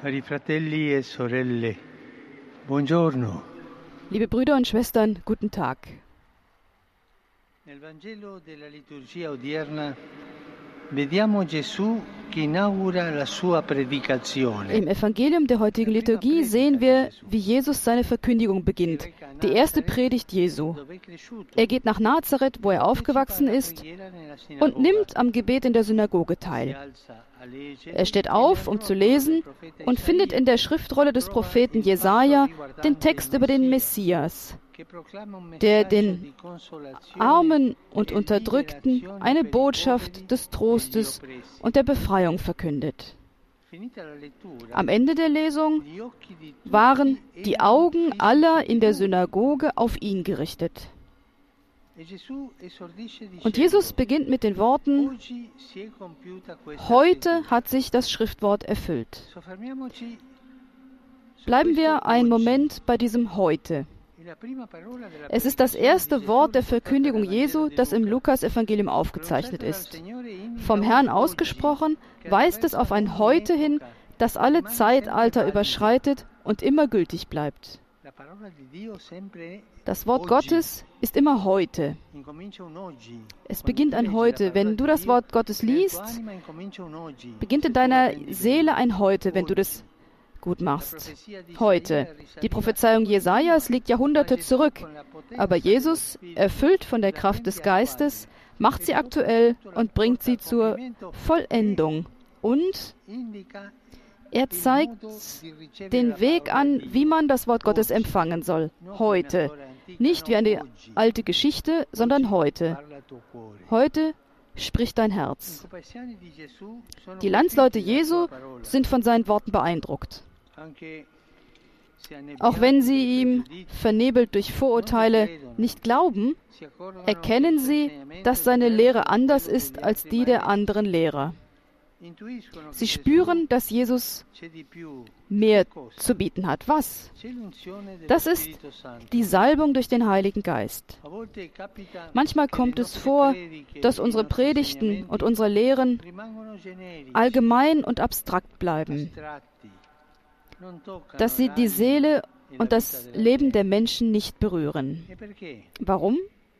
Cari fratelli e sorelle, buongiorno. Liebe Brüder und Schwestern, guten Tag. Nel Vangelo della liturgia odierna vediamo Gesù che inaugura la sua predicazione. Im Evangelium der heutigen Liturgie sehen wir, wie Jesus seine Verkündigung beginnt. Die erste Predigt Jesu. Er geht nach Nazareth, wo er aufgewachsen ist, und nimmt am Gebet in der Synagoge teil. Er steht auf, um zu lesen, und findet in der Schriftrolle des Propheten Jesaja den Text über den Messias, der den Armen und Unterdrückten eine Botschaft des Trostes und der Befreiung verkündet. Am Ende der Lesung waren die Augen aller in der Synagoge auf ihn gerichtet. Und Jesus beginnt mit den Worten: Heute hat sich das Schriftwort erfüllt. Bleiben wir einen Moment bei diesem Heute. Es ist das erste Wort der Verkündigung Jesu, das im Lukas-Evangelium aufgezeichnet ist. Vom Herrn ausgesprochen, weist es auf ein Heute hin, das alle Zeitalter überschreitet und immer gültig bleibt. Das Wort Gottes ist immer heute. Es beginnt ein Heute. Wenn du das Wort Gottes liest, beginnt in deiner Seele ein Heute, wenn du das gut machst. Heute. Die Prophezeiung Jesajas liegt Jahrhunderte zurück, aber Jesus, erfüllt von der Kraft des Geistes, macht sie aktuell und bringt sie zur Vollendung. Und er zeigt den Weg an, wie man das Wort Gottes empfangen soll. Heute. Nicht wie eine alte Geschichte, sondern heute. Heute spricht dein Herz. Die Landsleute Jesu sind von seinen Worten beeindruckt. Auch wenn sie ihm, vernebelt durch Vorurteile, nicht glauben, erkennen sie, dass seine Lehre anders ist als die der anderen Lehrer. Sie spüren, dass Jesus mehr zu bieten hat. Was? Das ist die Salbung durch den Heiligen Geist. Manchmal kommt es vor, dass unsere Predigten und unsere Lehren allgemein und abstrakt bleiben, dass sie die Seele und das Leben der Menschen nicht berühren. Warum?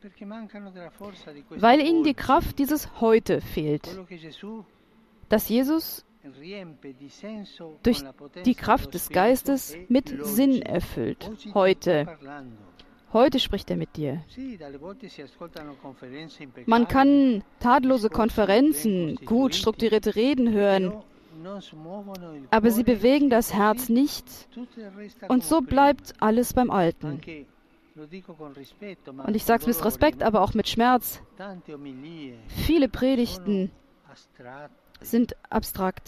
Weil ihnen die Kraft dieses Heute fehlt, dass Jesus durch die Kraft des Geistes mit Sinn erfüllt. Heute. Heute spricht er mit dir. Man kann tadellose Konferenzen, gut strukturierte Reden hören, aber sie bewegen das Herz nicht, und so bleibt alles beim Alten. Und ich sage es mit Respekt, aber auch mit Schmerz. Viele Predigten sind abstrakt.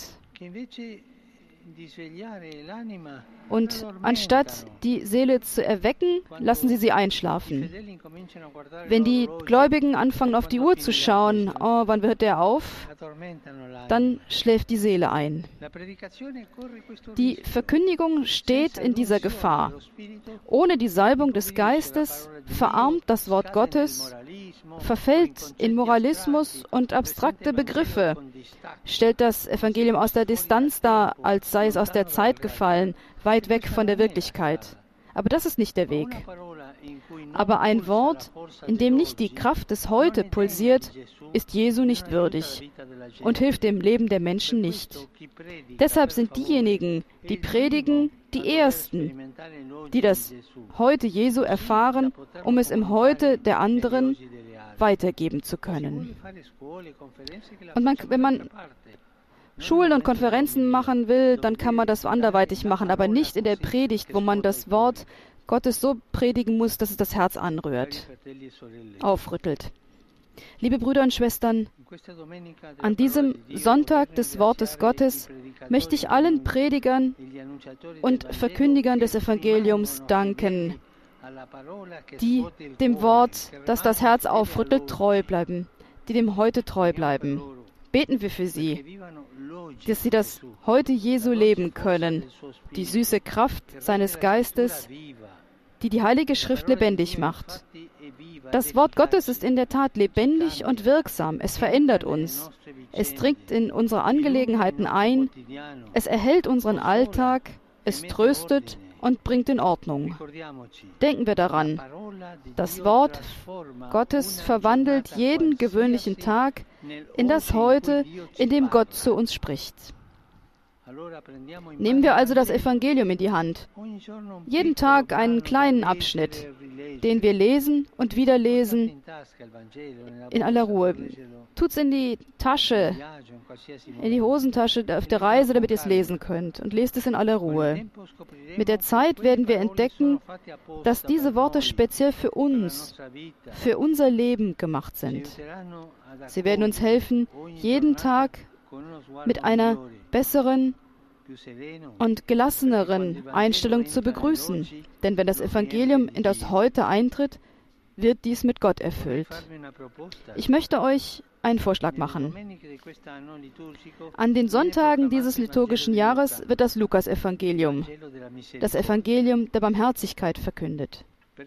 Und anstatt die Seele zu erwecken, lassen sie einschlafen. Wenn die Gläubigen anfangen, auf die Uhr zu schauen, oh, wann hört der auf? Dann schläft die Seele ein. Die Verkündigung steht in dieser Gefahr. Ohne die Salbung des Geistes verarmt das Wort Gottes, verfällt in Moralismus und abstrakte Begriffe, stellt das Evangelium aus der Distanz dar, als sei es aus der Zeit gefallen, weit weg von der Wirklichkeit. Aber das ist nicht der Weg. Aber ein Wort, in dem nicht die Kraft des Heute pulsiert, ist Jesu nicht würdig und hilft dem Leben der Menschen nicht. Deshalb sind diejenigen, die predigen, die Ersten, die das Heute Jesu erfahren, um es im Heute der anderen weitergeben zu können. Und wenn man Schulen und Konferenzen machen will, dann kann man das anderweitig machen, aber nicht in der Predigt, wo man das Wort Gottes so predigen muss, dass es das Herz anrührt, aufrüttelt. Liebe Brüder und Schwestern, an diesem Sonntag des Wortes Gottes möchte ich allen Predigern und Verkündigern des Evangeliums danken, die dem Wort, das das Herz aufrüttelt, treu bleiben, die dem Heute treu bleiben. Beten wir für sie, dass sie das Heute Jesu leben können, die süße Kraft seines Geistes, die die Heilige Schrift lebendig macht. Das Wort Gottes ist in der Tat lebendig und wirksam. Es verändert uns. Es dringt in unsere Angelegenheiten ein. Es erhält unseren Alltag. Es tröstet und bringt in Ordnung. Denken wir daran, das Wort Gottes verwandelt jeden gewöhnlichen Tag in das Heute, in dem Gott zu uns spricht. Nehmen wir also das Evangelium in die Hand. Jeden Tag einen kleinen Abschnitt, den wir lesen und wieder lesen, in aller Ruhe. Tut's in die Tasche, in die Hosentasche auf der Reise, damit ihr es lesen könnt. Und lest es in aller Ruhe. Mit der Zeit werden wir entdecken, dass diese Worte speziell für uns, für unser Leben gemacht sind. Sie werden uns helfen, jeden Tag mit einer besseren und gelasseneren Einstellung zu begrüßen. Denn wenn das Evangelium in das Heute eintritt, wird dies mit Gott erfüllt. Ich möchte euch einen Vorschlag machen. An den Sonntagen dieses liturgischen Jahres wird das Lukas-Evangelium, das Evangelium der Barmherzigkeit, verkündet.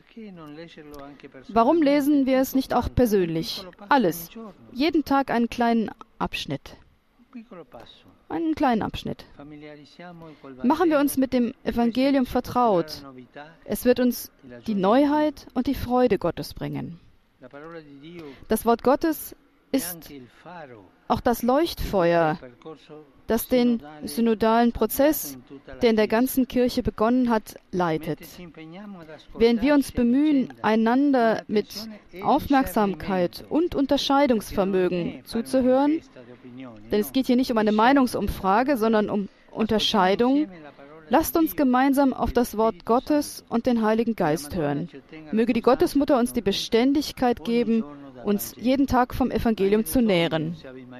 Warum lesen wir es nicht auch persönlich? Alles. Jeden Tag einen kleinen Abschnitt. Einen kleinen Abschnitt. Machen wir uns mit dem Evangelium vertraut. Es wird uns die Neuheit und die Freude Gottes bringen. Das Wort Gottes ist auch das Leuchtfeuer, das den synodalen Prozess, der in der ganzen Kirche begonnen hat, leitet. Während wir uns bemühen, einander mit Aufmerksamkeit und Unterscheidungsvermögen zuzuhören, denn es geht hier nicht um eine Meinungsumfrage, sondern um Unterscheidung, lasst uns gemeinsam auf das Wort Gottes und den Heiligen Geist hören. Möge die Gottesmutter uns die Beständigkeit geben, uns jeden Tag vom Evangelium zu nähren.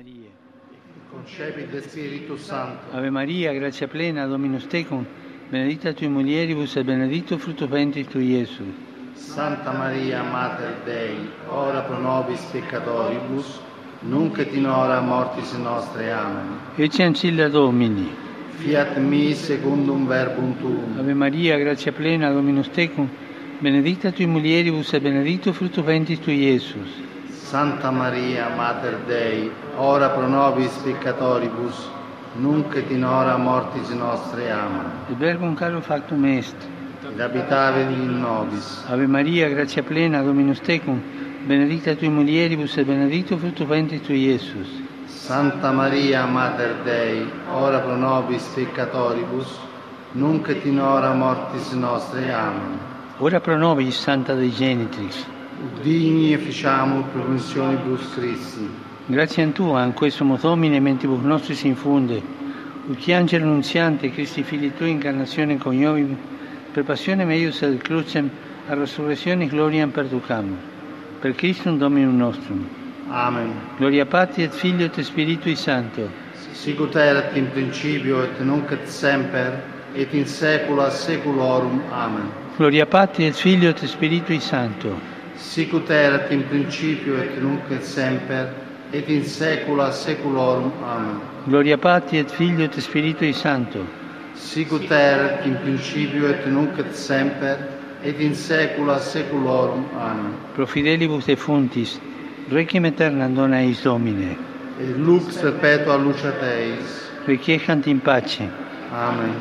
Ave Maria, gratia plena, Dominus tecum, benedicta tui mulieribus et benedictus fructus ventris tui, Iesus. Santa Maria, Mater Dei, ora pro nobis peccatoribus, nunc et in hora mortis nostre. Amen. Ecce ancilla Domini. Fiat mi secundum verbum tuum. Ave Maria, gratia plena, Dominus tecum, benedicta tui mulieribus et benedictus fructus ventris tui, Iesus. Santa Maria, Mater Dei, ora pro nobis peccatoribus, nunc et in hora mortis nostre. Amen. Et verbum caro factum est. Et habitavit in nobis. Ave Maria, gratia plena, Dominus tecum, benedicta tui mulieribus et benedictus fructus ventris tui, Iesus. Santa Maria, Mater Dei, ora pro nobis peccatoribus, nunc et in hora mortis nostre. Amen. Ora pro nobis, Santa Dei Genitrix. Digni efficiamur promissionibus Christi. Grazie a Tua, in questo Domine, mentibus nostris infunde, ut angelo nunziante, Christi Fili Tui, incarnazione coniovim, per passione meius ad crucem, a resurrezione gloriam perducamur. Per Christum Dominum nostrum. Amen. Gloria Patri et Filio et Spiritui Sancto. Sicut erat in principio et nunc et semper et in saecula saeculorum. Amen. Gloria Patri et Filio et Spiritui Sancto. Sicut erat in principio et nunc et semper et in saecula saeculorum. Amen. Gloria Patri et Filio et Spiritui Sancto. Sicut erat in principio et nunc et semper et in saecula saeculorum. Amen. Pro fidelibus defunctis, requiem aeternam dona eis Domine. Et lux perpetua luceat eis. Requiescant in pace. Amen.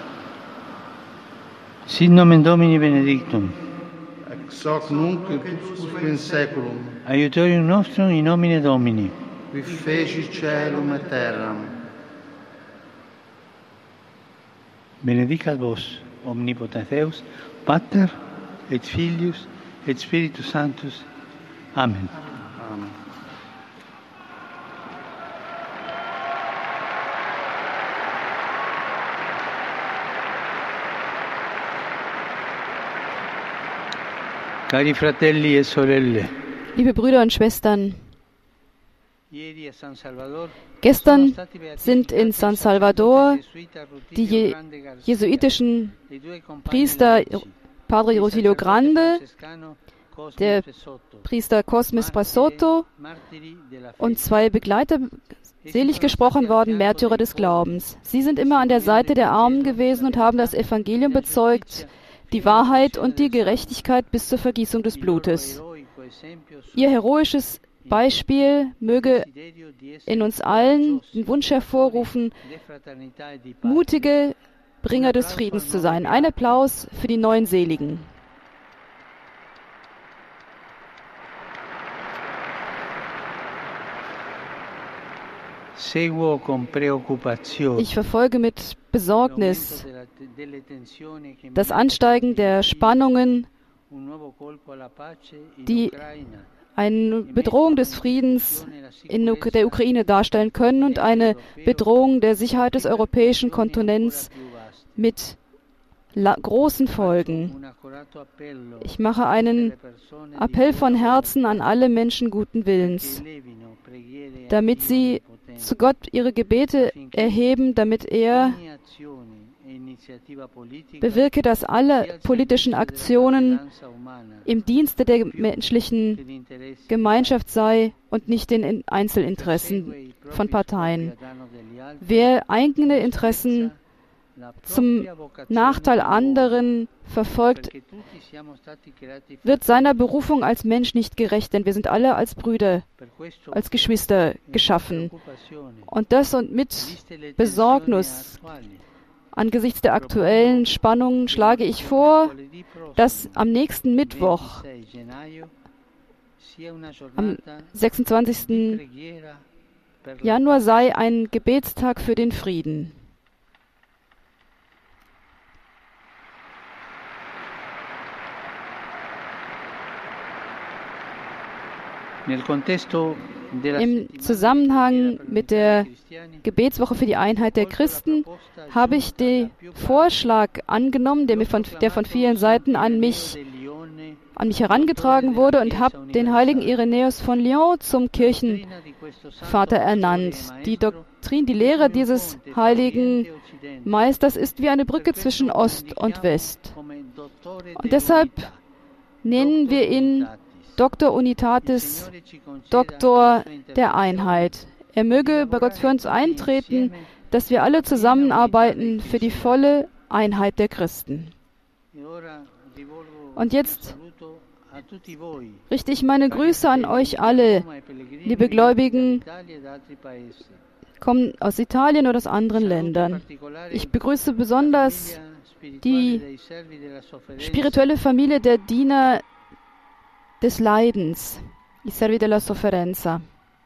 Sit nomen Domini benedictum. Ex hoc nunc et usque in saeculum. Aiutorium nostrum in nomine Domini. Qui feci caelum et terram. Benedicat vos, omnipotens Deus, Pater et Filius et Spiritus Sanctus. Amen. Amen. Cari fratelli e sorelle, Liebe Brüder und Schwestern, gestern sind in San Salvador die jesuitischen Priester Padre Rutilio Grande, der Priester Cosme Pasotto und zwei Begleiter selig gesprochen worden, Märtyrer des Glaubens. Sie sind immer an der Seite der Armen gewesen und haben das Evangelium bezeugt, die Wahrheit und die Gerechtigkeit bis zur Vergießung des Blutes. Ihr heroisches Beispiel möge in uns allen den Wunsch hervorrufen, mutige Bringer des Friedens zu sein. Ein Applaus für die neuen Seligen. Ich verfolge mit Besorgnis das Ansteigen der Spannungen, die eine Bedrohung des Friedens in der Ukraine darstellen können und eine Bedrohung der Sicherheit des europäischen Kontinents mit großen Folgen. Ich mache einen Appell von Herzen an alle Menschen guten Willens, damit sie zu Gott ihre Gebete erheben, damit er bewirke, dass alle politischen Aktionen im Dienste der menschlichen Gemeinschaft sei und nicht den Einzelinteressen von Parteien. Wer eigene Interessen zum Nachteil anderen verfolgt, wird seiner Berufung als Mensch nicht gerecht, denn wir sind alle als Brüder, als Geschwister geschaffen. Und das und mit Besorgnis angesichts der aktuellen Spannungen schlage ich vor, dass am nächsten Mittwoch, am 26. Januar, sei ein Gebetstag für den Frieden. Im Zusammenhang mit der Gebetswoche für die Einheit der Christen habe ich den Vorschlag angenommen, der von vielen Seiten an mich herangetragen wurde, und habe den heiligen Irenäus von Lyon zum Kirchenvater ernannt. Die Doktrin, die Lehre dieses heiligen Meisters ist wie eine Brücke zwischen Ost und West. Und deshalb nennen wir ihn Doctor Unitatis, Doktor der Einheit. Er möge bei Gott für uns eintreten, dass wir alle zusammenarbeiten für die volle Einheit der Christen. Und jetzt richte ich meine Grüße an euch alle, liebe Gläubigen, kommen aus Italien oder aus anderen Ländern. Ich begrüße besonders die spirituelle Familie der Diener des Leidens, i servi della sofferenza.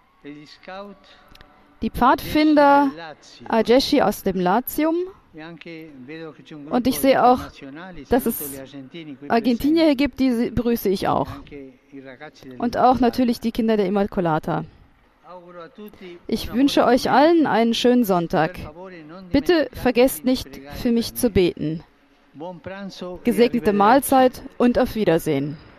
Die Pfadfinder Agesci aus dem Latium, und ich sehe auch, dass es Argentinier hier gibt, die begrüße ich auch. Und auch natürlich die Kinder der Immaculata. Ich wünsche euch allen einen schönen Sonntag. Bitte vergesst nicht, für mich zu beten. Gesegnete Mahlzeit und auf Wiedersehen.